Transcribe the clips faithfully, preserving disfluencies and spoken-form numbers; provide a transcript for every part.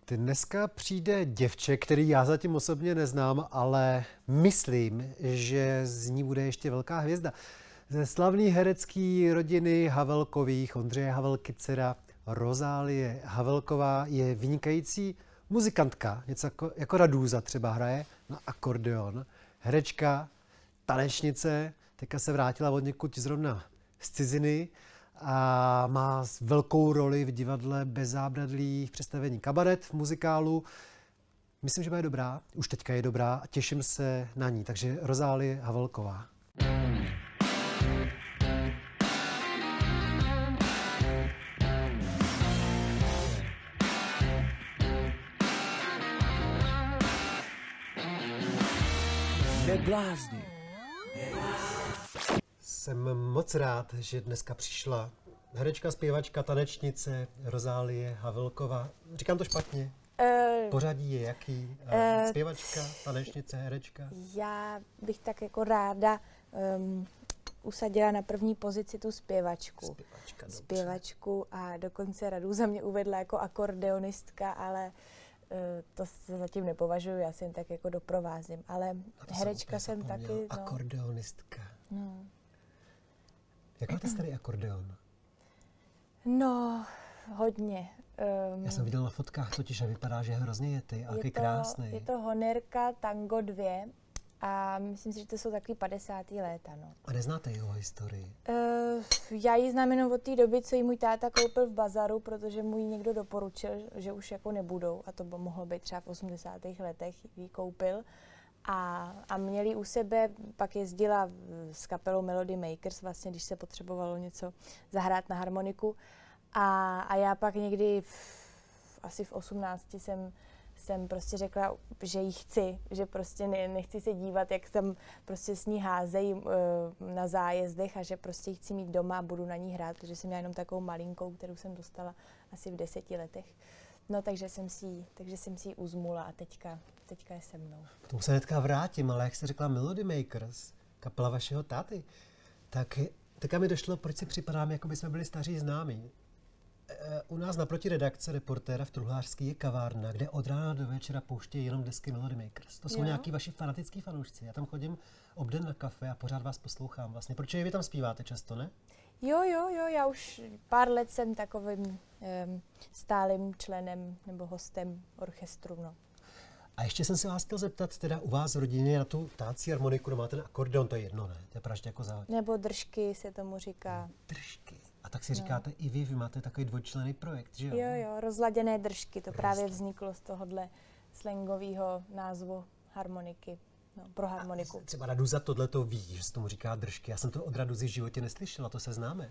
Dneska přijde děvče, který já zatím osobně neznám, ale myslím, že z ní bude ještě velká hvězda. Ze slavné herecké rodiny Havelkových, Ondřeje Havelky dcera Rozálie Havelková je vynikající muzikantka, něco jako, jako Radúza třeba hraje na akordeon, herečka, tanečnice, teďka se vrátila od někud zrovna z ciziny a má velkou roli v divadle Bez zábradlí v představení Kabaret v muzikálu. Myslím, že bude dobrá, už teďka je dobrá a těším se na ní. Takže Rozálie Havelková. Neblázni. Jsem moc rád, že dneska přišla herečka, zpěvačka, tanečnice Rozálie Havelková. Říkám to špatně? Uh, Pořadí je jaký? Uh, zpěvačka, tanečnice, herečka? Já bych tak jako ráda um, usadila na první pozici tu zpěvačku. Zpěvačka, dobře. Zpěvačku a dokonce Radúza mě uvedla jako akordeonistka, ale uh, to se zatím nepovažuji, já si jen tak jako doprovázím. Ale herečka jsem, jsem taky. No. Akordeonistka. No. Jak máte starý akordeon? No, hodně. Um, Já jsem viděl na fotkách totiž a vypadá, že hrozně jetý a je jaký to, krásný. Je to Honerka Tango dva a myslím si, že to jsou takový padesátá léta. No. A neznáte jeho historii? Uh, já ji znám jenom od té doby, co ji můj táta koupil v bazaru, protože mu ji někdo doporučil, že už jako nebudou a to by mohlo být třeba v osmdesátých letech, ji koupil. A, a měli u sebe, pak jezdila s kapelou Melody Makers, vlastně, když se potřebovalo něco zahrát na harmoniku. A, a já pak někdy v, asi v osmnácti jsem, jsem prostě řekla, že ji chci, že prostě ne, nechci se dívat, jak tam prostě s ní házejí uh, na zájezdech a že prostě ji chci mít doma a budu na ní hrát, protože jsem měla jenom takovou malinkou, kterou jsem dostala asi v deseti letech. No, takže jsem si, takže jsem si ji uzmula a teďka, teďka je se mnou. K tomu se hnedka vrátím, ale jak jste řekla Melody Makers, kapela vašeho táty, tak teďka mi došlo, proč si připadám, jako by jsme byli staří známí. E, u nás naproti redakce Reportéra v Truhlářský je kavárna, kde od rána do večera pouštějí jenom desky Melody Makers. To jsou jo. Nějaký vaši fanatický fanoušci. Já tam chodím obden na kafe a pořád vás poslouchám vlastně. Proč vy tam zpíváte často, ne? Jo, jo, jo, já už pár let jsem takovým um, stálým členem nebo hostem orchestru, no. A ještě jsem se vás chtěl zeptat, teda u vás v rodině na tu tácí harmoniku, no máte ten akordeon, to je jedno, ne? To je praště jako záleží. Nebo držky se tomu říká. Držky. A tak si no. říkáte i vy, vy máte takový dvojčlenný projekt, že jo? Jo, jo, rozladěné držky, to Rozlad. právě vzniklo z tohohle slangového názvu harmoniky. No, pro harmoniku. A třeba Radúza tohleto ví, že se tomu říká držky. Já jsem to od Radúzy v životě neslyšela, to se známe.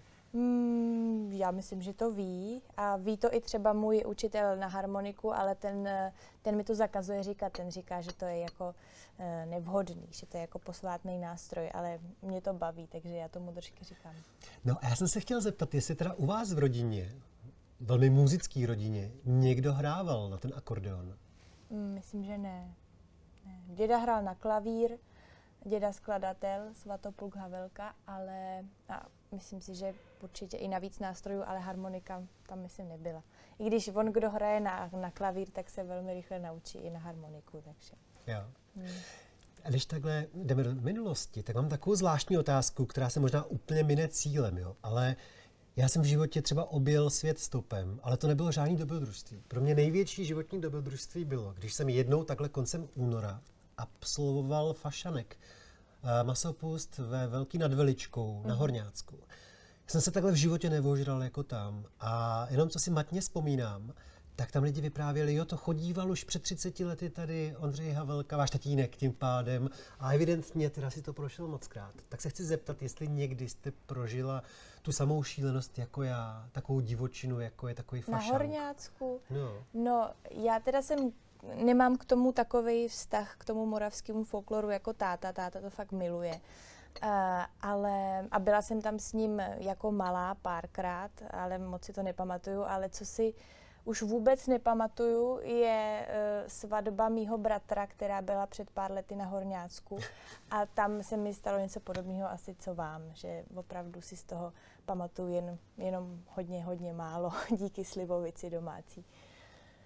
Mm, já myslím, že to ví a ví to i třeba můj učitel na harmoniku, ale ten, ten mi to zakazuje říkat, ten říká, že to je jako uh, nevhodný, že to je jako posvátný nástroj, ale mě to baví, takže já tomu držky říkám. No a já jsem se chtěl zeptat, jestli teda u vás v rodině, velmi muzický rodině, někdo hrával na ten akordeon? Mm, myslím, že ne. ne. Děda hrál na klavír, děda skladatel, Svatopluk Havelka, ale a myslím si, že určitě i na víc nástrojů, ale harmonika tam myslím nebyla. I když on, kdo hraje na, na klavír, tak se velmi rychle naučí i na harmoniku, takže. Jo. Hmm. A když takhle jdeme do minulosti, tak mám takovou zvláštní otázku, která se možná úplně mine cílem, jo, ale já jsem v životě třeba objel svět stopem, ale to nebylo žádný dobrodružství. Pro mě největší životní dobrodružství bylo, když jsem jednou takhle koncem února absolvoval fašanek, masopust ve Velký nad Veličkou na Horňácku. Já jsem se takhle v životě nevožral jako tam a jenom co si matně vzpomínám, tak tam lidi vyprávěli, jo, to chodíval už před třiceti lety tady Ondřej Havelka, váš tatínek tím pádem a evidentně teda si to prošel mockrát. Tak se chci zeptat, jestli někdy jste prožila tu samou šílenost jako já, takovou divočinu, jako je takový fašank. Na Horňácku? No. No, já teda jsem nemám k tomu takový vztah, k tomu moravskému folkloru jako táta. Táta to fakt miluje. Uh, ale, a byla jsem tam s ním jako malá párkrát, ale moc si to nepamatuju. Ale co si už vůbec nepamatuju, je uh, svatba mýho bratra, která byla před pár lety na Horňácku. A tam se mi stalo něco podobného asi co vám, že opravdu si z toho pamatuju jen, jenom hodně, hodně málo díky slivovici domácí.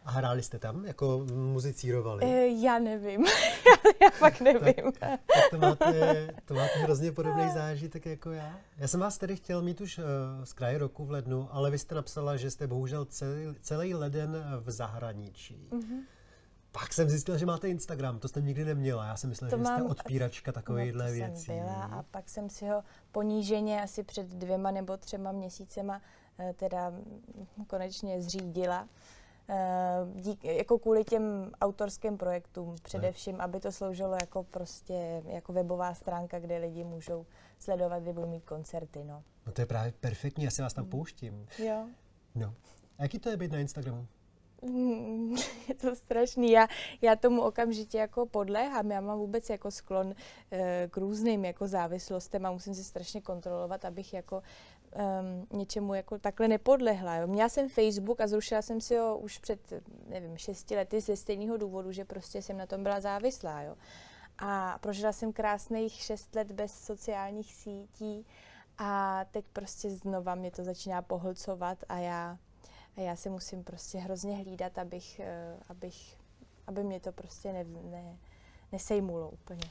A hráli jste tam? Jako muzicírovali? E, já nevím. já, já fakt nevím. tak, tak to, máte, to máte hrozně podobný zážitek jako já. Já jsem vás tedy chtěl mít už uh, z kraje roku v lednu, ale vy jste napsala, že jste bohužel celý, celý leden v zahraničí. Mm-hmm. Pak jsem zjistila, že máte Instagram, to jste nikdy neměla. Já jsem myslela, to že jste odpíračka takovýchhle věcí. Jsem byla a pak jsem si ho poníženě asi před dvěma nebo třema měsícema teda konečně zřídila. Dík, jako kvůli těm autorským projektům především, aby to sloužilo jako prostě jako webová stránka, kde lidi můžou sledovat, kdy budou mít koncerty. No, no to je právě perfektní, já si vás tam pouštím. Jo. No. A jaký to je být na Instagramu? Je to strašný. Já, já tomu okamžitě jako podléhám. Já mám vůbec jako sklon e, k různým jako závislostem a musím si strašně kontrolovat, abych jako um, něčemu jako takhle nepodlehla. Jo. Měla jsem Facebook a zrušila jsem si ho už před, nevím, šesti lety ze stejného důvodu, že prostě jsem na tom byla závislá. Jo. A prožila jsem krásných šest let bez sociálních sítí a teď prostě znova mě to začíná pohlcovat a já A já si musím prostě hrozně hlídat, abych, abych, aby mě to prostě ne, ne, nesejmulo úplně.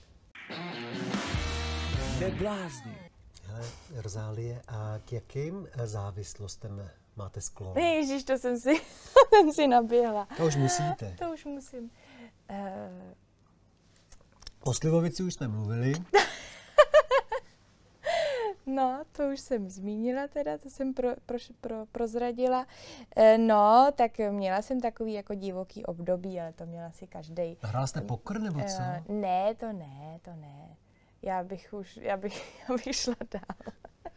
Neblázni. Hele, Rozálie, a k jakým závislostem máte sklon? Ježíš, to jsem si, jsem si naběhla. To už musíte. To už musím. Uh... O slivovici už jsme mluvili. No, to už jsem zmínila teda, to jsem pro, pro, pro, prozradila. E, no, tak měla jsem takový jako divoký období, ale to měla si každej. Hrála jste poker nebo co? E, ne, to ne, to ne. Já bych už, já bych, já bych šla dál.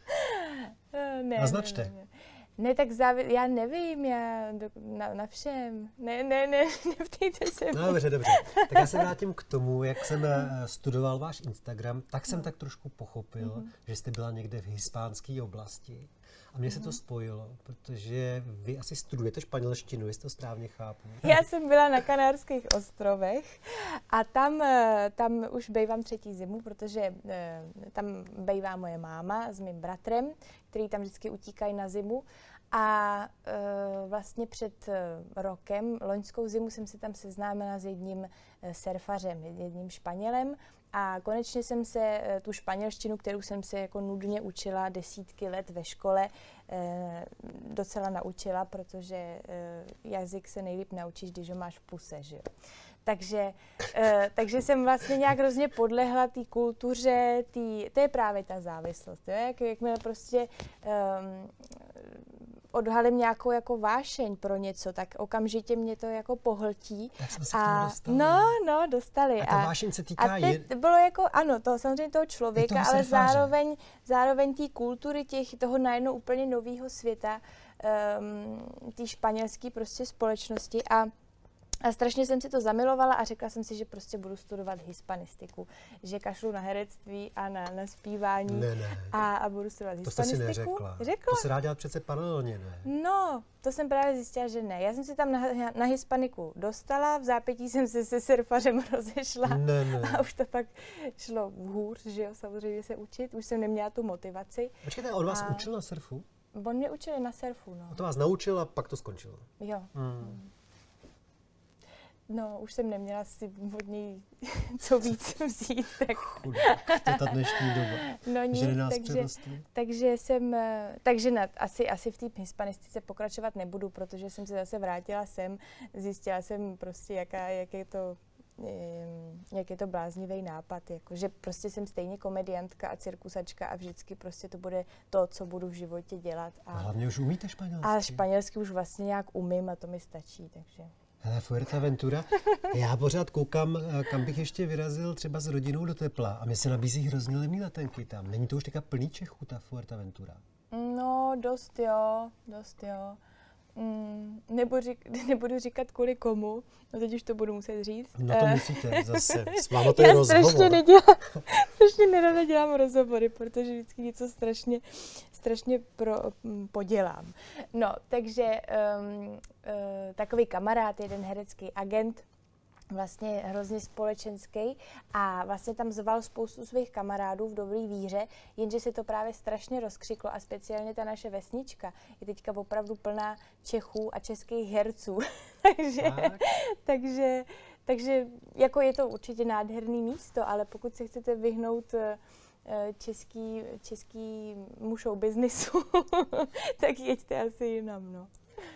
ne, Naznačte. Ne, ne, ne. Ne, tak závi- já nevím, já do, na, na všem. Ne, ne, ne, neptejte se. No, dobře, dobře. Tak já se vrátím k tomu, jak jsem studoval váš Instagram, tak jsem no. tak trošku pochopil, mm-hmm. že jste byla někde v hispánské oblasti. A mně mm-hmm. se to spojilo, protože vy asi studujete španělštinu, jestli to správně chápu. Já jsem byla na Kanárských ostrovech a tam, tam už bejvám třetí zimu, protože tam bejvá moje máma s mým bratrem, který tam vždycky utíkají na zimu. A e, vlastně před rokem, loňskou zimu, jsem se tam seznámila s jedním surfařem, jedním Španělem. A konečně jsem se tu španělštinu, kterou jsem se jako nudně učila desítky let ve škole, e, docela naučila, protože e, jazyk se nejlíp naučíš, když ho máš v puse, že jo. Takže, e, takže jsem vlastně nějak hrozně podlehla té kultuře, tý, to je právě ta závislost, jo? Jak, jakmile prostě um, odhalím nějakou jako vášeň pro něco, tak okamžitě mě to jako pohltí. Tak jsme se a, dostali. No, no, dostali. A ta vášeň se týká... A teď bylo jako, ano, to samozřejmě toho člověka, toho ale zároveň, zároveň té kultury, těch, toho najednou úplně nového světa, um, té španělské prostě společnosti a A strašně jsem si to zamilovala a řekla jsem si, že prostě budu studovat hispanistiku. Že kašlu na herectví a na, na zpívání ne, ne. A, a budu studovat to hispanistiku. To jsi si neřekla. Řekla? To se dá dělat přece paralelně, ne? No, to jsem právě zjistila, že ne. Já jsem si tam na, na hispaniku dostala, v zápětí jsem se se surfařem rozešla ne, ne. a už to pak šlo hůř, že jo, samozřejmě se učit. Už jsem neměla tu motivaci. Počkejte, on vás a... učil na surfu? On mě učil na surfu, no. On to vás naučil a pak to skončilo. Jo. Hmm. No, už jsem neměla si od něj co víc vzít, tak... Chudák, to je ta dnešní doba. No nic, takže, takže jsem, takže na, asi, asi v té hispanistice pokračovat nebudu, protože jsem se zase vrátila sem, zjistila jsem prostě, jaká, jak je to, jak je to bláznivý nápad, jako, že prostě jsem stejně komediantka a cirkusačka a vždycky prostě to bude to, co budu v životě dělat. A, a hlavně už umíte španělsky. A španělsky už vlastně nějak umím a to mi stačí, takže... Hele, Fuerteventura, já pořád koukám, kam bych ještě vyrazil třeba s rodinou do tepla a mě se nabízí hrozně levný letenky tam. Není to už teďka plný Čechů, ta Fuerteventura? No, dost jo, dost jo. Mm, nebudu, řík, nebudu říkat kvůli komu, no teď už to budu muset říct. No to musíte zase, s váma to je já rozhovor. Strašně, nedělám, strašně nerada dělám rozhovory, protože vždycky něco strašně, strašně pro, m, podělám. No, takže um, uh, takový kamarád, jeden herecký agent, vlastně hrozně společenský a vlastně tam zval spoustu svých kamarádů v dobrý víře, jenže se to právě strašně rozkřiklo a speciálně ta naše vesnička je teďka opravdu plná Čechů a českých herců. takže, takže, takže jako je to určitě nádherný místo, ale pokud se chcete vyhnout český, českýmu showbiznisu, tak jeďte asi jinam, no.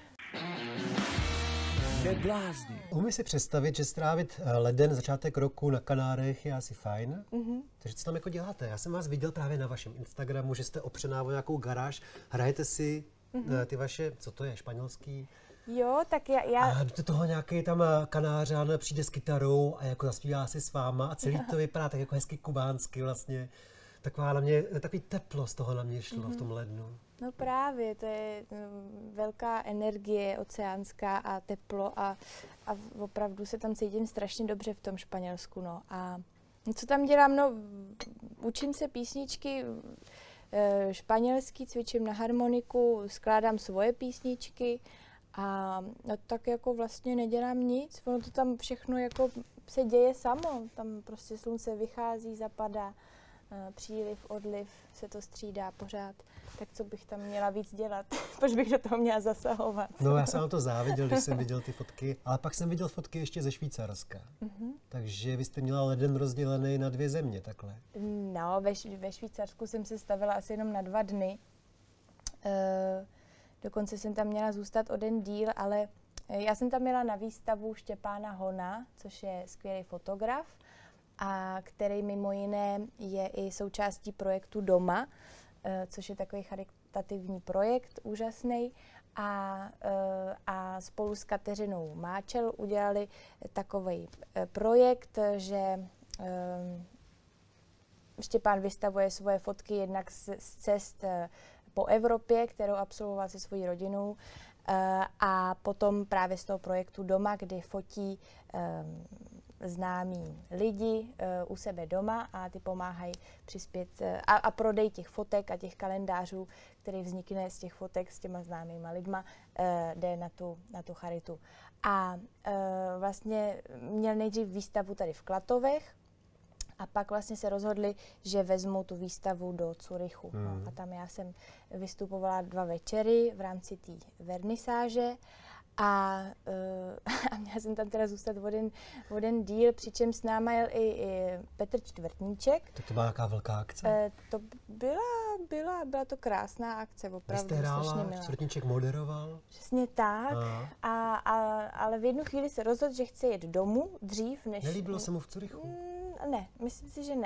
Umí si představit, že strávit leden, začátek roku na Kanárech je asi fajn? Mm-hmm. Takže co tam jako děláte? Já jsem vás viděl právě na vašem Instagramu, že jste opřená o nějakou garáž. Hrajete si mm-hmm. ty vaše, co to je, španělský? Jo, tak já... já... A do toho nějaký tam Kanářan přijde s kytarou a jako zaspívá si s váma a celý to vypadá tak jako hezky kubánsky vlastně. Taková na mě, takový teplo z toho na mě šlo mm-hmm. v tom lednu. No právě, to je velká energie oceánská a teplo a, a opravdu se tam cítím strašně dobře v tom Španělsku, no. A co tam dělám? No, učím se písničky španělský, cvičím na harmoniku, skládám svoje písničky a no, tak jako vlastně nedělám nic, ono to tam všechno jako se děje samo, tam prostě slunce vychází, zapadá, příliv, odliv, se to střídá pořád. Tak co bych tam měla víc dělat? Proč bych do toho měla zasahovat? No já jsem na to záviděl, když jsem viděl ty fotky, ale pak jsem viděl fotky ještě ze Švýcarska. Mm-hmm. Takže vy jste měla leden rozdělený na dvě země takhle. No, ve, ve Švýcarsku jsem se stavila asi jenom na dva dny. E, dokonce jsem tam měla zůstat o den díl, ale já jsem tam měla na výstavu Štěpána Hona, což je skvělý fotograf, a který mimo jiné je i součástí projektu Doma, což je takový charitativní projekt, úžasný. A, a spolu s Kateřinou Máčel udělali takový projekt, že Štěpán vystavuje svoje fotky jednak z, z cest po Evropě, kterou absolvoval se svojí rodinou, a potom právě z toho projektu Doma, kdy fotí známí lidi uh, u sebe doma a ty pomáhají přispět uh, a, a prodej těch fotek a těch kalendářů, který vznikne z těch fotek s těma známýma lidma, uh, jde na tu, na tu charitu. A uh, vlastně měl nejdřív výstavu tady v Klatovech a pak vlastně se rozhodli, že vezmou tu výstavu do Curychu. Mm. No, a tam já jsem vystupovala dva večery v rámci té vernisáže. A, uh, a měla jsem tam teda zůstat o den, o den díl, přičem s náma jel i, i Petr Čtvrtníček. Tak to byla nějaká velká akce? Uh, to byla, byla, byla to krásná akce, opravdu. Vy jste hrála, Čtvrtníček moderoval? Přesně tak, a, a, ale v jednu chvíli se rozhodl, že chce jet domů dřív, než... Nelíbilo se mu v Curychu? Mm, ne, myslím si, že ne.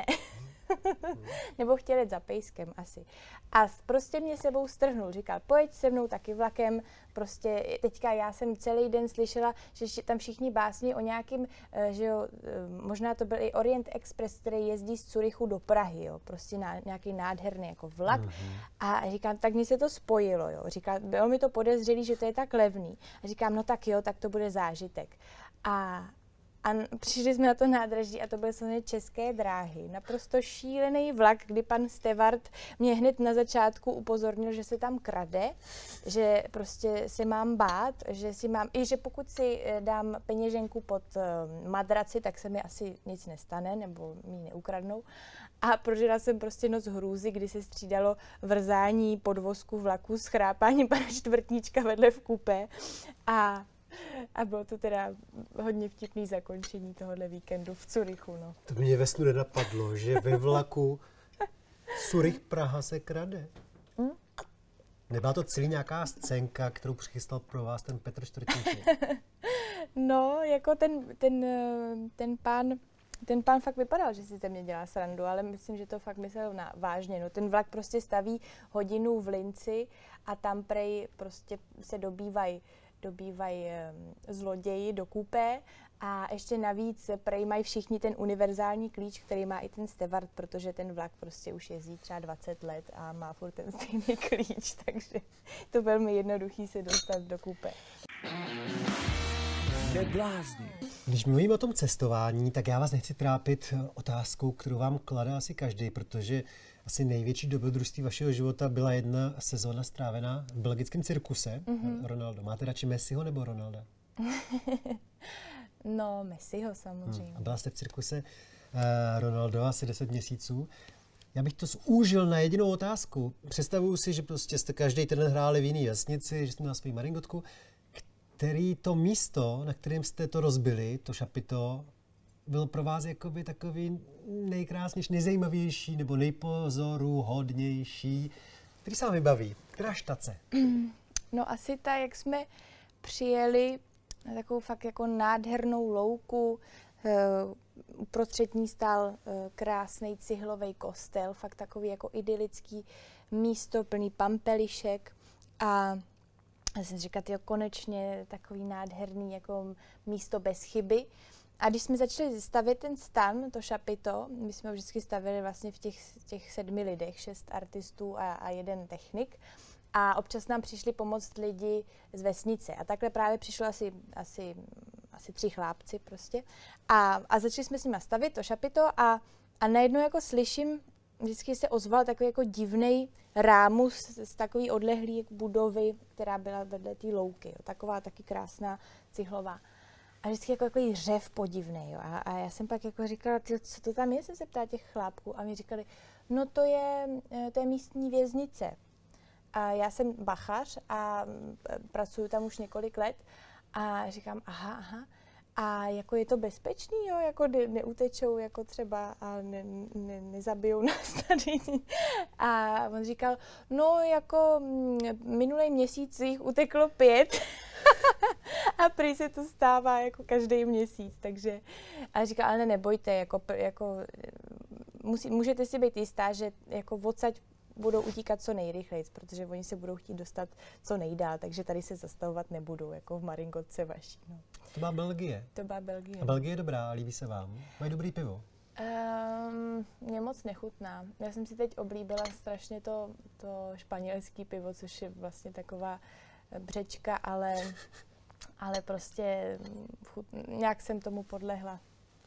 Nebo chtěl jet za pejskem asi. A prostě mě sebou strhnul, říkal, pojď se mnou taky vlakem, prostě teďka já jsem celý den slyšela, že tam všichni básní o nějakým, že jo, možná to byl i Orient Express, který jezdí z Curychu do Prahy, jo, prostě na, nějaký nádherný jako vlak. Mm-hmm. A říkám, tak mi se to spojilo, jo, říkal, bylo mi to podezřelý, že to je tak levný. A říkám, no tak jo, tak to bude zážitek. A A přišli jsme na to nádraží a to byly samozřejmě České dráhy. Naprosto šílený vlak, kdy pan Stewart mě hned na začátku upozornil, že se tam krade, že prostě se mám bát, že si mám, i že pokud si dám peněženku pod madraci, tak se mi asi nic nestane, nebo mi ji neukradnou. A prožila jsem prostě noc hrůzy, kdy se střídalo vrzání podvozku vlaku s chrápáním pana Čtvrtníčka vedle v kupé. A A bylo to teda hodně vtipný zakončení tohohle víkendu v Curychu, no. To mě ve snu nenapadlo, že ve vlaku Curych Praha se krade. Hmm? Nebyla to celý nějaká scénka, kterou přichystal pro vás ten Petr Čtvrtníček? No, jako ten, ten, ten pán, ten pán fakt vypadal, že si ze mě dělá srandu, ale myslím, že to fakt myslel na, vážně. No, ten vlak prostě staví hodinu v Linci a tam prej prostě se dobývají dobývají zloději do kupé a ještě navíc prej mají všichni ten univerzální klíč, který má i ten Stewart, protože ten vlak prostě už jezdí třeba dvacet let a má furt ten stejný klíč, takže to velmi jednoduchý se dostat do kupé. Když mluvím o tom cestování, tak já vás nechci trápit otázkou, kterou vám klade asi každý, protože asi největší dobrodružství vašeho života byla jedna sezóna strávená v belgickém cirkuse. Mm-hmm. Ronaldo. Máte radši Messiho nebo Ronalda? No, Messiho samozřejmě. Hmm. A byla jste v cirkuse uh, Ronaldo asi deset měsíců. Já bych to zúžil na jedinou otázku. Představuju si, že prostě jste každý týden hráli v jiný vesnici, že jste měla svou maringotku. Který to místo, na kterém jste to rozbili, to šapito, bylo pro vás jakoby takový nejkrásnější, nejzajímavější nebo nejpozoruhodnější? Který se vám vybaví? Která štace? No asi ta, jak jsme přijeli na takovou fakt jako nádhernou louku, uprostřed ní stál krásný cihlový kostel, fakt takový jako idylický místo, plný pampelišek a já jsem říkala, jo, konečně takový nádherný jako místo bez chyby. A když jsme začali stavět ten stan, to šapito, my jsme ho vždycky stavili vlastně v těch, těch sedmi lidech, šest artistů a, a jeden technik. A občas nám přišli pomoct lidi z vesnice. A takhle právě přišlo asi, asi, asi tři chlápci prostě. A, a začali jsme s nimi stavit to šapito a, a najednou jako slyším, vždycky se ozval takový jako divnej rámus z, z takový odlehlý jako budovy, která byla vedle té louky. Jo. Taková taky krásná cihlová. A vždycky jako takový řev podivnej. Jo. A, a já jsem pak jako říkala, co to tam je, jsem se ptala těch chlápků. A mi říkali, no to je, to je místní věznice. A já jsem bachař a pracuji tam už několik let. A říkám, aha, aha. A jako je to bezpečný, jo, jako ne, neutečou jako třeba a ne, ne, nezabijou nás tady. A on říkal, no jako minulý měsíc jich uteklo pět a prý se to stává jako každý měsíc, takže a říkal, ale ne, nebojte, jako, jako musí, můžete si být jistá, že jako odsaď budou utíkat co nejrychleji, protože oni se budou chtít dostat co nejdál, takže tady se zastavovat nebudou, jako v maringotce vaší. No. To byla Belgie. To byla Belgie. A Belgie je dobrá, líbí se vám? Mají dobrý pivo? Um, mě moc nechutná. Já jsem si teď oblíbila strašně to, to španělský pivo, což je vlastně taková břečka, ale, ale prostě chut, nějak jsem tomu podlehla.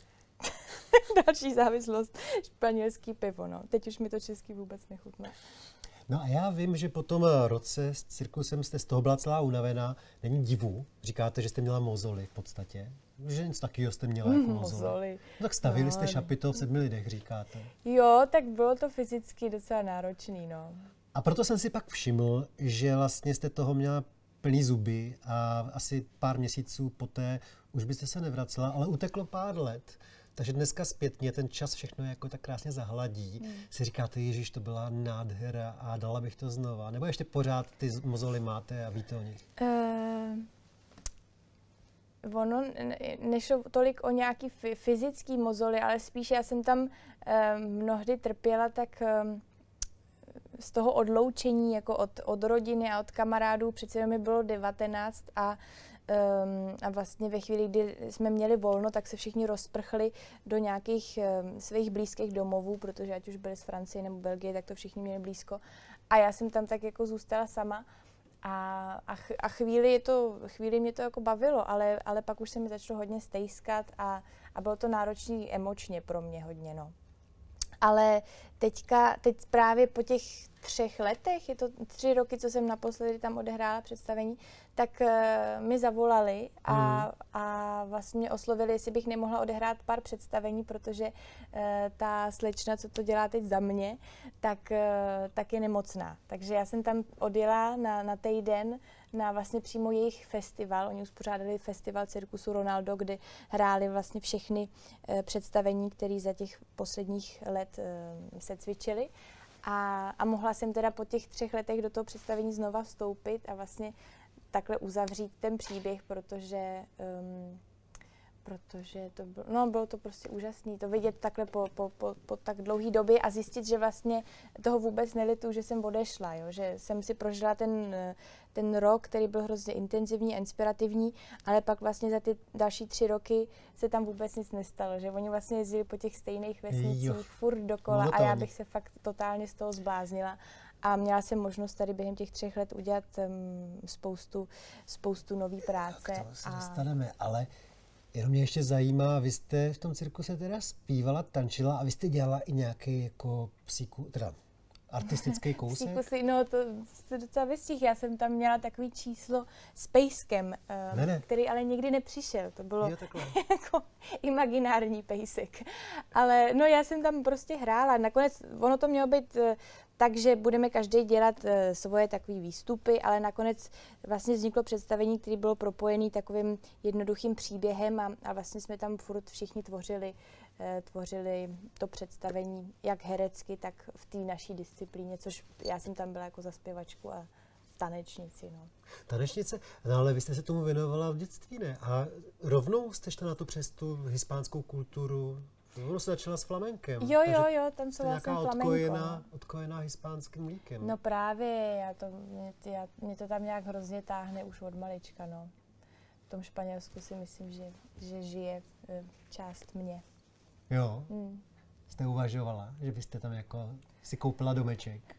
Další závislost, španělský pivo, no. Teď už mi to český vůbec nechutná. No a já vím, že po tom roce s cirkusem jste z toho byla celá unavená. Není divu, říkáte, že jste měla mozoly v podstatě. Že nic takového jste měla jako mozoly. mozoly. No, tak stavili no, jste šapito v sedmi lidech, říkáte. Jo, tak bylo to fyzicky docela náročný, no. A proto jsem si pak všiml, že vlastně jste toho měla plný zuby a asi pár měsíců poté už byste se nevracela, ale uteklo pár let. Takže dneska zpětně ten čas všechno jako tak krásně zahladí. Hmm. Si říkáte, ježiš, to byla nádhera a dala bych to znova. Nebo ještě pořád ty mozoly máte a víte o nich? Uh, ono nešlo tolik o nějaký fyzický mozoly, ale spíš já jsem tam uh, mnohdy trpěla tak um, z toho odloučení jako od, od rodiny a od kamarádů. Přece mi bylo devatenáct a Um, a vlastně ve chvíli, kdy jsme měli volno, tak se všichni rozprchli do nějakých um, svých blízkých domovů, protože ať už byli z Francie nebo Belgie, tak to všichni měli blízko. A já jsem tam tak jako zůstala sama a, a, ch- a chvíli, je to, chvíli mě to jako bavilo, ale, ale pak už se mi začalo hodně stejskat a, a bylo to náročné emočně pro mě hodně, no. Ale teďka, teď právě po těch třech letech, je to tři roky, co jsem naposledy tam odehrála představení, tak uh, mi zavolali a, mm. a vlastně mě oslovili, jestli bych nemohla odehrát pár představení, protože uh, ta slečna, co to dělá teď za mě, tak, uh, tak je nemocná. Takže já jsem tam odjela na, na týden na vlastně přímo jejich festival. Oni uspořádali festival cirkusu Ronaldo, kde hráli vlastně všechny uh, představení, které za těch posledních let uh, se cvičily. A, a mohla jsem teda po těch třech letech do toho představení znova vstoupit a vlastně takhle uzavřít ten příběh, protože, um, protože to bylo, no, bylo to prostě úžasné to vidět takhle po, po, po, po tak dlouhé době a zjistit, že vlastně toho vůbec nelituju, že jsem odešla, jo? Že jsem si prožila ten, ten rok, který byl hrozně intenzivní a inspirativní, ale pak vlastně za ty další tři roky se tam vůbec nic nestalo, že oni vlastně jezdili po těch stejných vesnicích jo. furt dokola no, a já bych se fakt totálně z toho zbláznila. A měla jsem možnost tady během těch třech let udělat um, spoustu, spoustu nový práce. K tomu se dostaneme, ale jenom mě ještě zajímá, vy jste v tom cirkuse teda zpívala, tančila a vy jste dělala i nějaký jako psíku, teda artistický kousek? Kusy, no to jste docela vystihl. Já jsem tam měla takový číslo s pejskem, um, ne, ne. který ale nikdy nepřišel. To bylo jo, jako imaginární pejsek. Ale no já jsem tam prostě hrála. Nakonec ono to mělo být uh, tak, že budeme každý dělat uh, svoje takové výstupy, ale nakonec vlastně vzniklo představení, které bylo propojené takovým jednoduchým příběhem a, a vlastně jsme tam furt všichni tvořili tvořili to představení jak herecky, tak v té naší disciplíně, což já jsem tam byla jako za zpěvačku a tanečnici. No. Tanečnice? No ale vy jste se tomu věnovala v dětství, ne? A rovnou jste šla na to přes tu hispánskou kulturu? Ono se začala s flamenkem. Jo, jo, jo, tancovala jsem flamenko. Odkojená, odkojená hispánským mlíkem. No právě, já to, mě, já, mě to tam nějak hrozně táhne už od malička, no. V tom Španělsku si myslím, že, že žije část mě. Jo, hmm. Jste uvažovala, že byste tam jako si koupila domeček?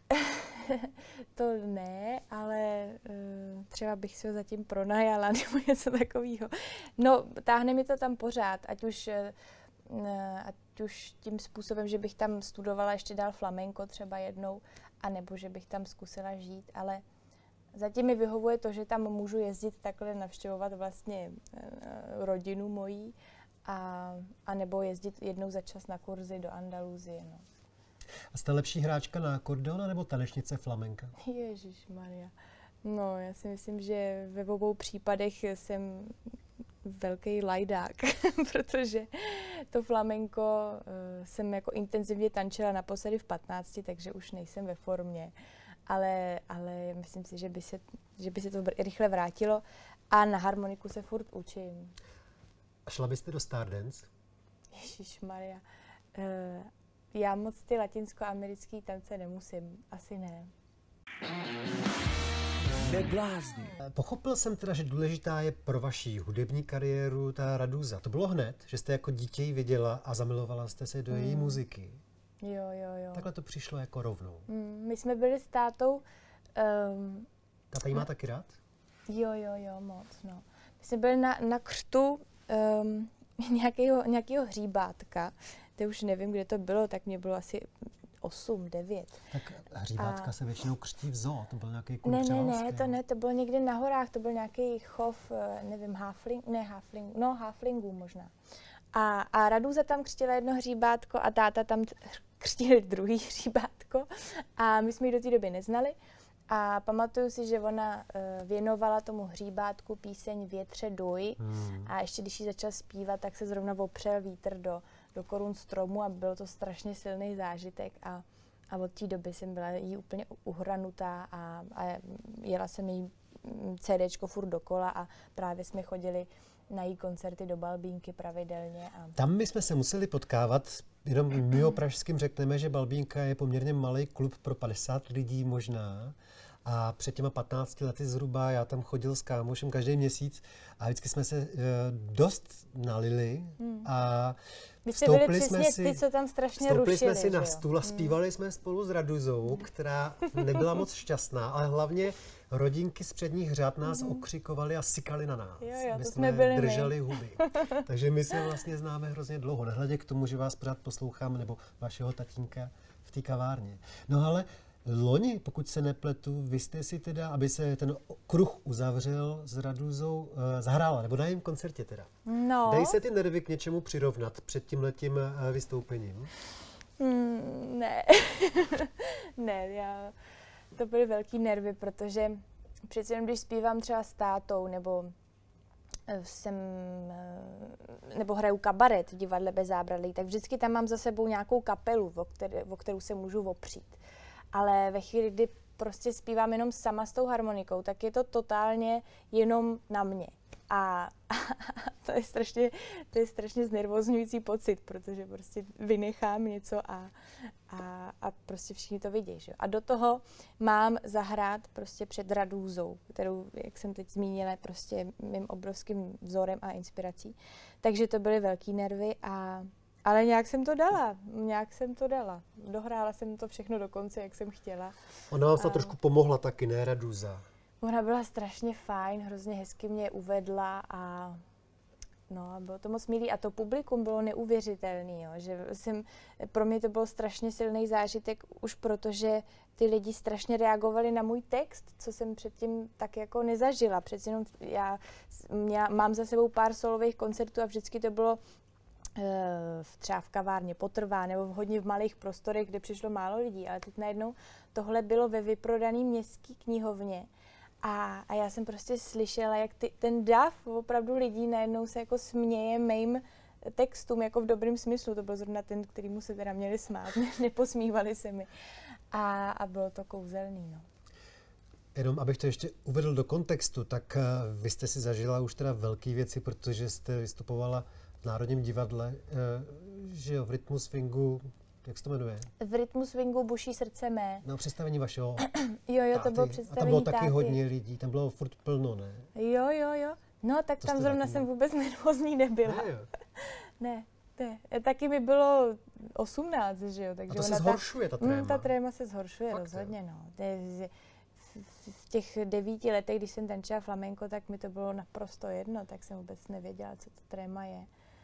To ne, ale uh, třeba bych si ho zatím pronajala nebo něco takového. No, táhne mi to tam pořád, ať už, uh, ať už tím způsobem, že bych tam studovala ještě dál flamenko třeba jednou, anebo že bych tam zkusila žít, ale zatím mi vyhovuje to, že tam můžu jezdit takhle navštěvovat vlastně uh, rodinu mojí, A, a nebo jezdit jednou za čas na kurzy do Andaluzie. No. A jste lepší hráčka na akordeon nebo tanečnice flamenka? Ježišmarja. No, já si myslím, že ve obou případech jsem velký lajdák, protože to flamenko uh, jsem jako intenzivně tančila naposledy v patnácti, takže už nejsem ve formě. Ale, ale myslím si, že by se, že by se to rychle vrátilo a na harmoniku se furt učím. A šla byste do Stardance? Ježišmarja. Uh, já moc ty latinskoamerický tance nemusím. Asi ne. Neblázni. Pochopil jsem teda, že důležitá je pro vaši hudební kariéru ta Raduza. To bylo hned, že jste jako dítě ji viděla a zamilovala jste se do mm. její muziky. Jo, jo, jo. Takhle to přišlo jako rovnou. Mm, my jsme byli s tátou... Um, Táta jí má taky rád? Jo, jo, jo, moc, no. My jsme byli na, na křtu um, nějakého, nějakého hříbátka. To už nevím, kde to bylo, tak mě bylo asi osm, devět. Tak hříbátka a... se většinou křtí v zoo, to byl nějaký kult Ne, ne, ne, to ne, to bylo někde na horách, to byl nějaký chov, nevím, háfling, ne háfling, no háflingů možná. A, a Raduza tam křtila jedno hříbátko a táta tam křtil druhý hříbátko a my jsme ji do té doby neznali. A pamatuju si, že ona uh, věnovala tomu hříbátku píseň Větře duj hmm. a ještě když ji začala zpívat, tak se zrovna opřel vítr do, do korun stromu a bylo to strašně silný zážitek a, a od té doby jsem byla jí úplně uhranutá a, a jela jsem jí CDčko furt dokola a právě jsme chodili na její koncerty do Balbínky pravidelně. A... Tam my jsme se museli potkávat, jenom my o pražským řekneme, že Balbínka je poměrně malý klub pro padesát lidí možná. A před těma patnácti lety zhruba já tam chodil s kámošem každý měsíc a vždycky jsme se uh, dost nalili hmm. a vstoupili jsme si, ty, co tam strašně vstoupili rušili, jsme si na jo? stůl a zpívali hmm. jsme spolu s Raduzou, která nebyla moc šťastná, ale hlavně rodinky z předních řad nás hmm. okřikovali a sykali na nás. Jo, jo, my to jsme, jsme byli drželi my. huby. Takže my se vlastně známe hrozně dlouho, nehledě k tomu, že vás pořád poslouchám, nebo vašeho tatínka v té kavárně. No ale loni, pokud se nepletu, vy jste si teda, aby se ten kruh uzavřel s Raduzou, uh, zahrála, nebo na jejím koncertě teda. No. Dají se ty nervy k něčemu přirovnat před tímhletím uh, vystoupením? Mm, ne. ne, já... To byly velký nervy, protože přece jen když zpívám třeba s tátou, nebo jsem, nebo hraju kabaret v divadle Bez zábradlí, tak vždycky tam mám za sebou nějakou kapelu, o, které, o kterou se můžu opřít. Ale ve chvíli, kdy prostě zpívám jenom sama s tou harmonikou, tak je to totálně jenom na mě. A, a to je strašně, to je strašně znervozňující pocit, protože prostě vynechám něco a, a, a prostě všichni to vidí. Že? A do toho mám zahrát prostě před Radúzou, kterou, jak jsem teď zmínila, prostě mým obrovským vzorem a inspirací. Takže to byly velký nervy, a, ale nějak jsem to dala, nějak jsem to dala. Dohrála jsem to všechno do konce, jak jsem chtěla. Ona vám a... trošku pomohla taky, ne Radúza? Ona byla strašně fajn, hrozně hezky mě uvedla a No, bylo to moc milý a to publikum bylo neuvěřitelný, jo, že jsem, pro mě to byl strašně silný zážitek už protože ty lidi strašně reagovali na můj text, co jsem předtím tak jako nezažila. Přeci jenom já měla, mám za sebou pár solových koncertů a vždycky to bylo v třeba v kavárně Potrvá nebo hodně v malých prostorech, kde přišlo málo lidí, ale teď najednou tohle bylo ve vyprodané městské knihovně. A, a já jsem prostě slyšela, jak ty, ten dav opravdu lidí najednou se jako směje mým textům, jako v dobrým smyslu. To byl zrovna ten, kterýmu se teda měli smát, neposmívali se mi. A, a bylo to kouzelný, no. Jenom abych to ještě uvedl do kontextu, tak vy jste si zažila už teda velké věci, protože jste vystupovala v Národním divadle, že jo, v Rytmu swingu, jak se to jmenuje? V Rytmu swingu Buší srdce mé. No, představení vašeho Jo, jo, táty. to bylo představení A tam bylo taky táty. hodně lidí, tam bylo furt plno, ne? Jo, jo, jo. No, tak To tam jste zrovna taky jsem měla. vůbec nervózní nebyla. Ne, jo. Ne, ne. Taky mi bylo osmnáct, že jo. Takže A to se ona zhoršuje, ta tréma. Mm, ta tréma se zhoršuje, Fakt, rozhodně, no. V, v těch devíti letech, když jsem tančila flamenko, tak mi to bylo naprosto jedno, tak jsem vůbec nevěděla, co to tréma je.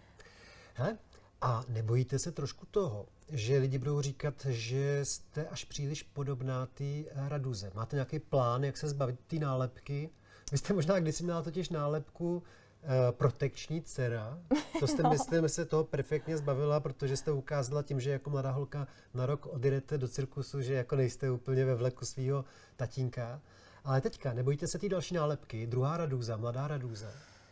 He? A nebojíte se trošku toho, že lidi budou říkat, že jste až příliš podobná té Raduze? Máte nějaký plán, jak se zbavit té nálepky? Vy jste možná kdysi měla totiž nálepku Uh, protekční dcera. To jste, no. Myslím, se toho perfektně zbavila, protože jste ukázala tím, že jako mladá holka na rok odjedete do cirkusu, že jako nejste úplně ve vleku svého tatínka. Ale teďka, nebojíte se té další nálepky? Druhá Raduza, mladá Raduza?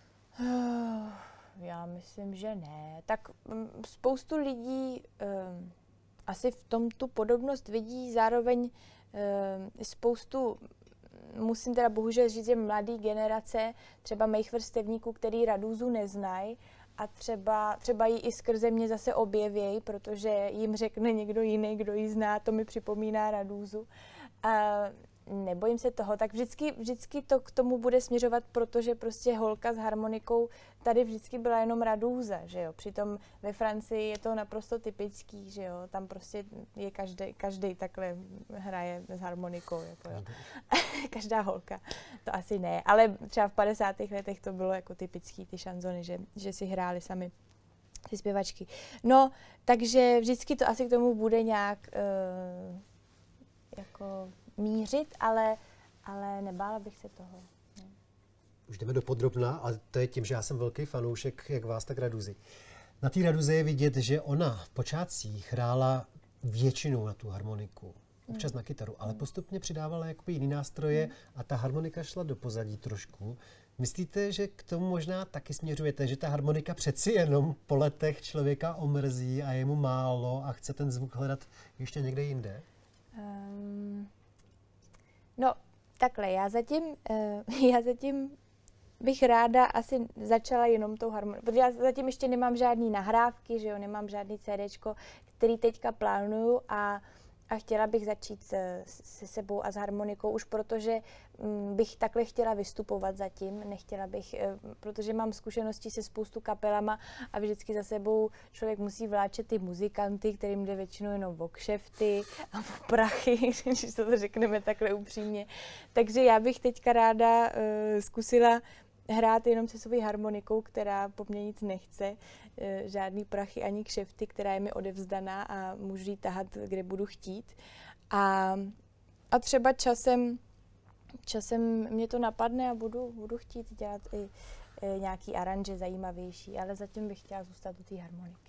Uh, já myslím, že ne. Tak um, spoustu lidí um, asi v tom tu podobnost vidí, zároveň um, spoustu musím teda bohužel říct, že mladý generace, třeba mých vrstevníků, který Raduzu neznají a třeba, třeba ji i skrze mě zase objevějí, protože jim řekne někdo jiný, kdo ji zná, to mi připomíná Raduzu. A nebojím se toho, tak vždycky, vždycky to k tomu bude směřovat, protože prostě holka s harmonikou tady vždycky byla jenom Raduza, že jo. Přitom ve Francii je to naprosto typický, že jo. Tam prostě je každý, každý takhle hraje s harmonikou, jako jo. Každá holka. To asi ne, ale třeba v padesátých letech to bylo jako typický, ty šanzony, že, že si hráli sami ty zpěvačky. No, takže vždycky to asi k tomu bude nějak uh, jako mířit, ale, ale nebála bych se toho. Ne. Už jdeme do podrobna, ale to je tím, že já jsem velký fanoušek jak vás, tak Raduzy. Na té Raduze je vidět, že ona v počátcích hrála většinou na tu harmoniku, občas mm. na kytaru, ale postupně přidávala jakoby jiný nástroje mm. a ta harmonika šla do pozadí trošku. Myslíte, že k tomu možná taky směřujete, že ta harmonika přeci jenom po letech člověka omrzí a je mu málo a chce ten zvuk hledat ještě někde jinde? Um, no, takhle, já zatím, uh, já zatím bych ráda asi začala jenom tou harmonikou, protože já zatím ještě nemám žádný nahrávky, že jo, nemám žádný CDčko, který teďka plánuju a A chtěla bych začít se, se sebou a s harmonikou, už protože m, bych takhle chtěla vystupovat zatím, nechtěla bych, e, protože mám zkušenosti se spoustu kapelama a vždycky za sebou člověk musí vláčet ty muzikanty, kterým jde většinou jenom o kšefty a o prachy, když to řekneme takhle upřímně. Takže já bych teďka ráda e, zkusila hrát jenom se svou harmonikou, která po mně nic nechce, e, žádný prachy ani kšefty, která je mi odevzdaná a můžu ji tahat, kde budu chtít. A, a třeba časem, časem mě to napadne a budu, budu chtít dělat i e, nějaký aranže zajímavější, ale zatím bych chtěla zůstat u té harmoniky.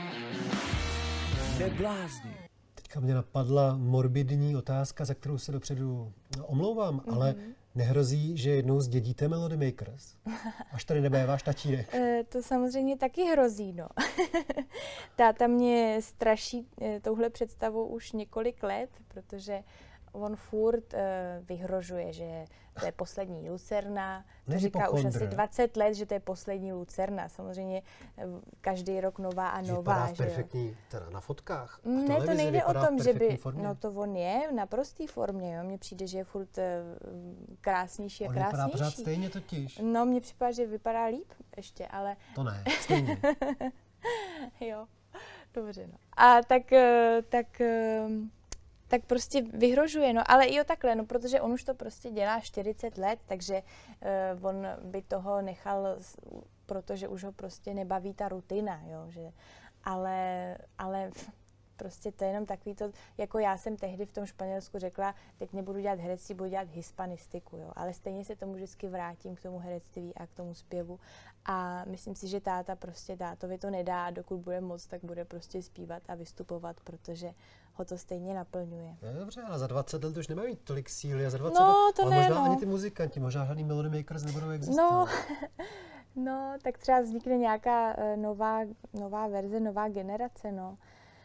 Neblázni. Teďka mě napadla morbidní otázka, za kterou se dopředu omlouvám, mm-hmm. ale nehrozí, že jednou zdědíte Melody Makers? Až tady nebude váš tatínek. E, to samozřejmě taky hrozí, no. Táta mě straší e, touhle představou už několik let, protože on furt e, vyhrožuje, že to je poslední lucerna. To říká už asi dvacet let, že to je poslední lucerna. Samozřejmě e, každý rok nová a nová. Vypadá v perfektní, teda na fotkách. A ne, to nejde o tom, že by, formě. No to on je v naprostý formě, jo. Mně přijde, že je furt e, krásnější a on krásnější. On vypadá pořád stejně totiž. No, mně připadá, že vypadá líp ještě, ale... To ne, stejně. Jo, dobře, no. A tak, tak... tak prostě vyhrožuje, no, ale i o takhle, no, protože on už to prostě dělá čtyřicet let, takže uh, on by toho nechal protože už ho prostě nebaví ta rutina, jo, že, ale, ale prostě to je jenom takový to, jako já jsem tehdy v tom Španělsku řekla, teď nebudu dělat herectví, budu dělat hispanistiku, jo, ale stejně se tomu vždycky vrátím k tomu herectví a k tomu zpěvu a myslím si, že táta prostě tátovi to nedá a dokud bude moc, tak bude prostě zpívat a vystupovat, protože ho to stejně naplňuje. No, dobře, ale za dvacet let už nemají tolik síly a za dvacet no, let, to ale ne, možná no. ani ty muzikanti, možná žádný Melody Makers nebudou existovat. No, no, tak třeba vznikne nějaká uh, nová, nová verze, nová generace, no.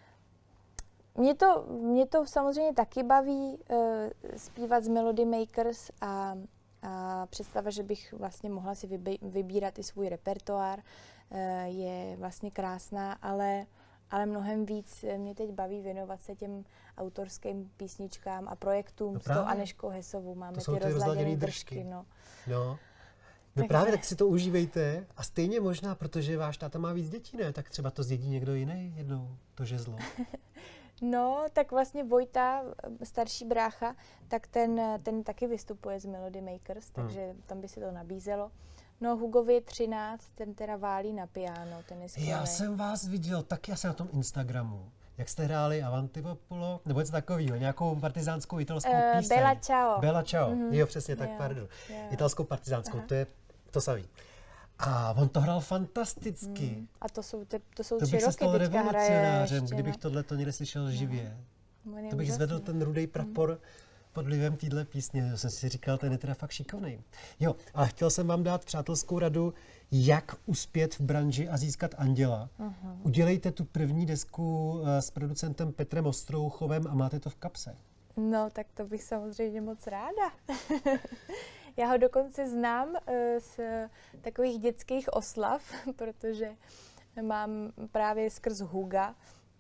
Mě to, mě to samozřejmě taky baví uh, zpívat z Melody Makers a, a představa, že bych vlastně mohla si vybí, vybírat i svůj repertoár, uh, je vlastně krásná, ale, ale mnohem víc mě teď baví věnovat se těm autorským písničkám a projektům no s tou Anežkou Hesovou. Máme to ty, ty rozladěné držky. držky. No. No. No právě tak si to užívejte a stejně možná, protože váš táta má víc dětí, ne? Tak třeba to zdědí někdo jiný jednou, to žezlo. No, tak vlastně Vojta, starší brácha, tak ten, ten taky vystupuje z Melody Makers, takže hmm. tam by se to nabízelo. No, Hugovi je třináct, ten teda válí na piano, ten je skvělý. Já jsem vás viděl taky asi na tom Instagramu, jak jste hráli Avanti Popolo, nebo něco takového, nějakou partizánskou italskou uh, píseň. Bella Ciao. Bella Ciao, mm-hmm. jo, přesně tak, jo, pardon. Jo. Italskou partizánskou, Aha. to je to samý. A on to hrál fantasticky. Mm. A to jsou, te, to jsou to tři roky, teďka revolucionářem, ještě, kdybych no. tohle to někde slyšel no. živě. To bych úžasný. Zvedl ten rudej prapor mm. pod vlivem téhle písně. Já jsem si říkal, ten je teda fakt šikovnej. Jo, ale chtěl jsem vám dát přátelskou radu, jak uspět v branži a získat anděla. Uh-huh. Udělejte tu první desku s producentem Petrem Ostrouchovem a máte to v kapse. No, tak to bych samozřejmě moc ráda. Já ho dokonce znám uh, z takových dětských oslav, protože mám právě skrz Huga.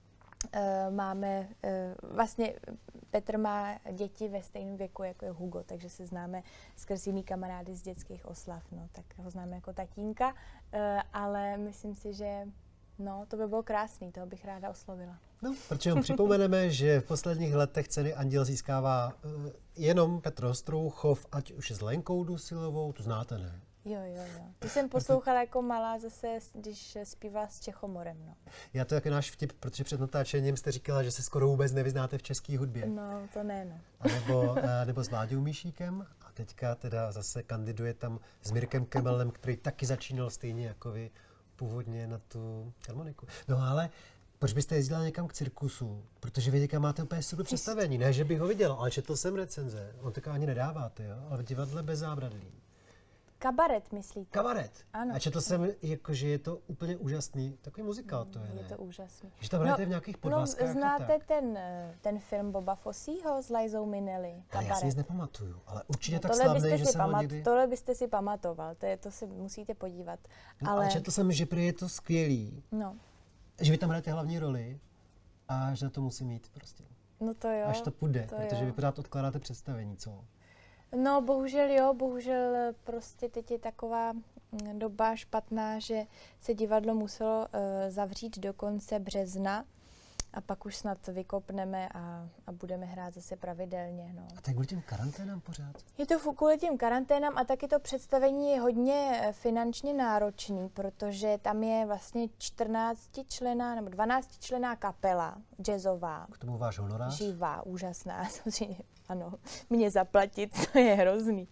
Uh, máme, uh, vlastně Petr má děti ve stejném věku, jako je Hugo, takže se známe skrz jiný kamarády z dětských oslav, no, tak ho známe jako tatínka, uh, ale myslím si, že no, to by bylo krásný, toho bych ráda oslovila. No, protože připomeneme, že v posledních letech ceny Anděl získává uh, jenom Petr Ostrouchov, ať už s Lenkou Dusilovou, tu znáte, ne? Jo, jo, jo. To jsem poslouchala jako malá zase, když zpívala s Čechomorem, no. Já to je náš vtip, protože před natáčením jste říkala, že se skoro vůbec nevyznáte v české hudbě. No, to ne, no. A nebo, a nebo s Vláďou Míšíkem a teďka teda zase kandiduje tam s Mirkem Kemelem, který taky začínal stejně jako vy původně na tu harmoniku. No ale proč byste jezdila někam k cirkusu? Protože vy někam máte úplně super představení. Ne, že bych ho viděl, ale četl jsem recenze. On tak ani nedáváte, jo? Ale v divadle bez zábradlí. Kabaret, myslíte? Kabaret. Ano. A četl jsem, jako, že je to úplně úžasný. Takový muzikál to je, ne? Je to úžasný. Že tam hrajete no, v nějakých podvazkách. No, znáte ten, ten film Boba Fossího s Lizaou Minnelli? Ale já si nic nepamatuju, ale určitě no, tak slavný, že jsem pamat, někdy... Tohle byste si pamatoval, to, je, to si musíte podívat. No, ale... ale četl jsem, že prý je to skvělý. No. Že vy tam hrajete hlavní roli a že na to musí mít prostě. No to jo. Až to půjde, to protože jo. vy pořád odkládáte představení, co? No bohužel jo, bohužel prostě teď je taková doba špatná, že se divadlo muselo uh, zavřít do konce března a pak už snad vykopneme a, a budeme hrát zase pravidelně. No. A tak kvůli těm karanténám pořád? Je to kvůli těm karanténám a taky to představení je hodně finančně náročný, protože tam je vlastně čtrnáctičlenná nebo dvanáctičlenná kapela jazzová. K tomu váš honorář? Živá, úžasná, samozřejmě. Ano, mě zaplatit, to je hrozný.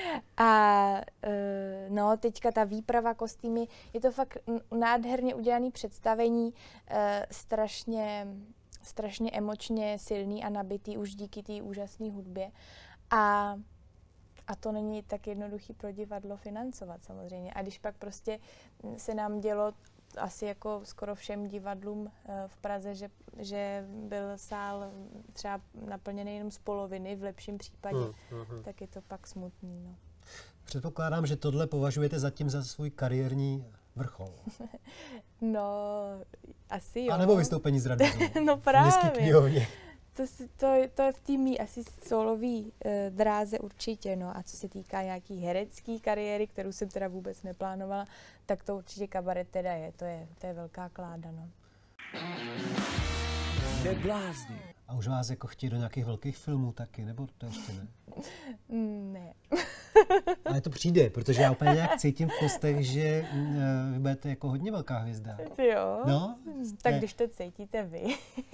A no, teďka ta výprava, kostýmy, je to fakt nádherně udělané představení, strašně, strašně emočně silný a nabitý už díky té úžasné hudbě. A, a to není tak jednoduchý pro divadlo financovat samozřejmě. A když pak prostě se nám dělo asi jako skoro všem divadlům v Praze, že, že byl sál třeba naplněný jenom z poloviny v lepším případě, mm, mm, tak je to pak smutný. No. Předpokládám, že tohle považujete zatím za svůj kariérní vrchol. No, asi jo. A nebo vystoupení z Radnice. No právě. V městské knihovně. To, to, to je v té mý asi solový e, dráze určitě, no a co se týká nějaký herecký kariéry, kterou jsem teda vůbec neplánovala, tak to určitě kabaret teda je, to je, to je velká kláda, no. A už vás jako chtějí do nějakých velkých filmů taky, nebo to ještě ne? Ne. Ale to přijde, protože já úplně nějak cítím v kostech, že vy budete jako hodně velká hvězda. Jo? No? Tak když to cítíte vy.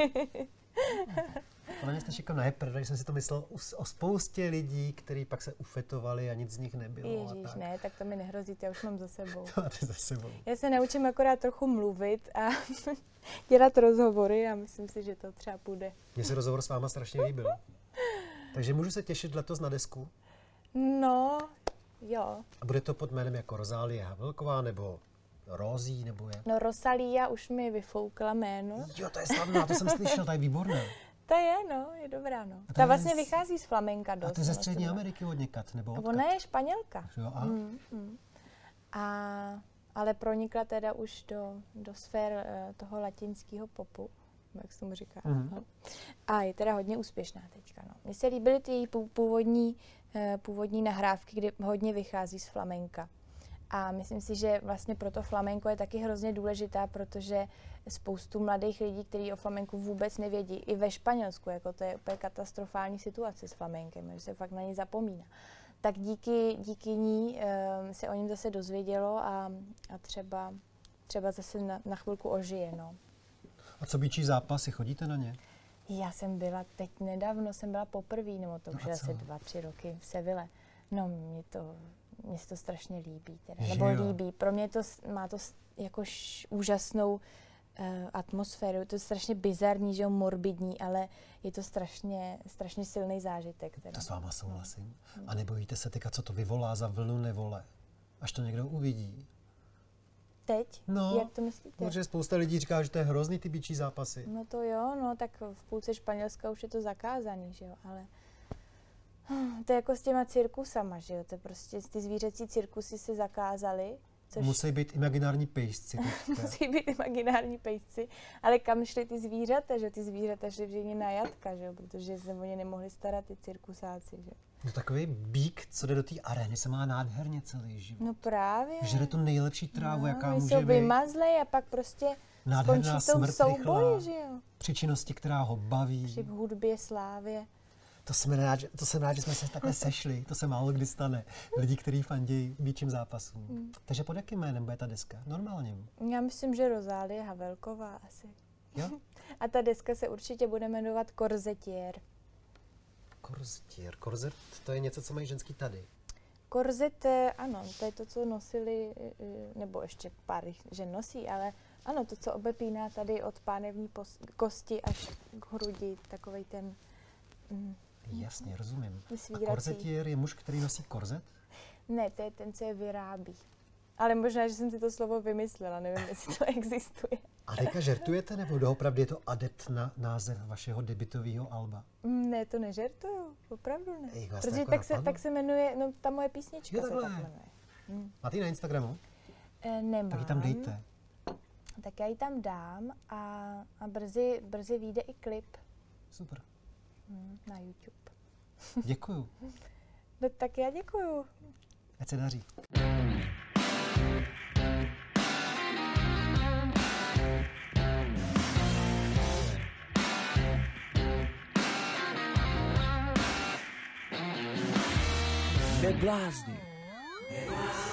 Podle mě jste šikovná, protože jsem si to myslel o spoustě lidí, kteří pak se ufetovali a nic z nich nebylo. Ježíš, a tak. ne, tak to mi nehrozíte, já už mám za sebou. To máte za sebou. Já se naučím akorát trochu mluvit a dělat rozhovory a myslím si, že to třeba půjde. Mně se rozhovor s váma strašně líbil. Takže můžu se těšit letos na desku? No, jo. A bude to pod jménem jako Rozálie Havelková nebo Rózí, nebo jak? No Rosalia už mi vyfoukla jméno. Jo, to je slavná, to jsem slyšel, to je výborná. Ta je, no, je dobrá, no. A Ta je vlastně z- vychází z flamenka dost. A to je ze no, Střední to- Ameriky odněkat, nebo odkud? Ona je Španělka. Jo, a? Mm, mm. A, ale pronikla teda už do, do sfér uh, toho latinského popu, jak se tomu říká. Mhm. No. A je teda hodně úspěšná teďka. No. Mně se líbily ty její pů- původní, uh, původní nahrávky, kdy hodně vychází z flamenka. A myslím si, že vlastně proto flamenko je taky hrozně důležitá, protože spoustu mladých lidí, kteří o flamenku vůbec nevědí, i ve Španělsku, jako to je úplně katastrofální situace s flamenkem, že se fakt na ní zapomíná. Tak díky, díky ní um, se o něm zase dozvědělo a, a třeba, třeba zase na, na chvilku ožije. No. A co býčí zápasy, chodíte na ně? Já jsem byla teď nedávno, jsem byla poprvé, nebo to No už a je co? asi dva, tři roky v Seville. No, mě to, mě se to strašně líbí, teda. Že Nebo jo? líbí. Pro mě to s- má to s- jako š, úžasnou uh, atmosféru. Je to strašně bizarní, že jo, morbidní, ale je to strašně, strašně silný zážitek. Teda. To s váma souhlasím. A nebojíte se teďka, co to vyvolá za vlnu nevole? Až to někdo uvidí. Teď? No, Jak to myslíte? Protože spousta lidí říká, že to je hrozný ty býčí zápasy. No to jo, no tak v půlce Španělska už je to zakázaný, že jo, ale to je jako s těma cirkusama, že jo, to je prostě ty zvířecí cirkusy se zakázaly, což Musí být imaginární pejsci teďka. musí být imaginární pejsci, ale kam šly ty zvířata, že ty zvířata šly vždycky na jatka, že jo, protože se o ně nemohli starat ty cirkusáci, že jo. No takový bík, co jde do té arény, se má nádherně celý život. No právě. Žere tu nejlepší trávu, no, jaká oni může jsou být. vymazlej a pak prostě Nádherná skončí tou smrt souboji, rychlá. že jo. Při činnosti, která ho baví. Při hudbě, slávě. To jsem rád, že, to jsem rád, že jsme se takhle sešli. To se málo kdy stane. Lidi, kteří fandí býčím zápasům. Mm. Takže pod jakým jménem bude ta deska? Normálním. Já myslím, že Rozálie Havelková asi. Jo? A ta deska se určitě bude jmenovat Korzetier. Korzetier. Korzet, to je něco, co mají ženský tady. Korzet, eh, ano, to je to, co nosili, eh, eh, nebo ještě pár jich žen nosí, ale ano, to, co obepíná tady od pánevní pos- kosti až k hrudi, takovej ten mm, Jasně, rozumím. A vysvírací. korzetier je muž, který nosí korzet? Ne, to je ten, co je vyrábí. Ale možná, že jsem si to slovo vymyslela, nevím, jestli to existuje. A teďka žertujete, nebo doopravdy je to adept na název vašeho debutového alba? Mm, Ne, to nežertuju, opravdu ne. Jak vás to Protože jako tak se, napadlo? tak se jmenuje, no ta moje písnička Jo, se takhle. tak jmenuje. Hm. Máte ji na Instagramu? E, nemám. Tak ji tam dejte. Tak já ji tam dám a, a brzy, brzy vyjde i klip Super. hm, na YouTube. Děkuju. No tak já děkuju. Ať se daří. Neblázni.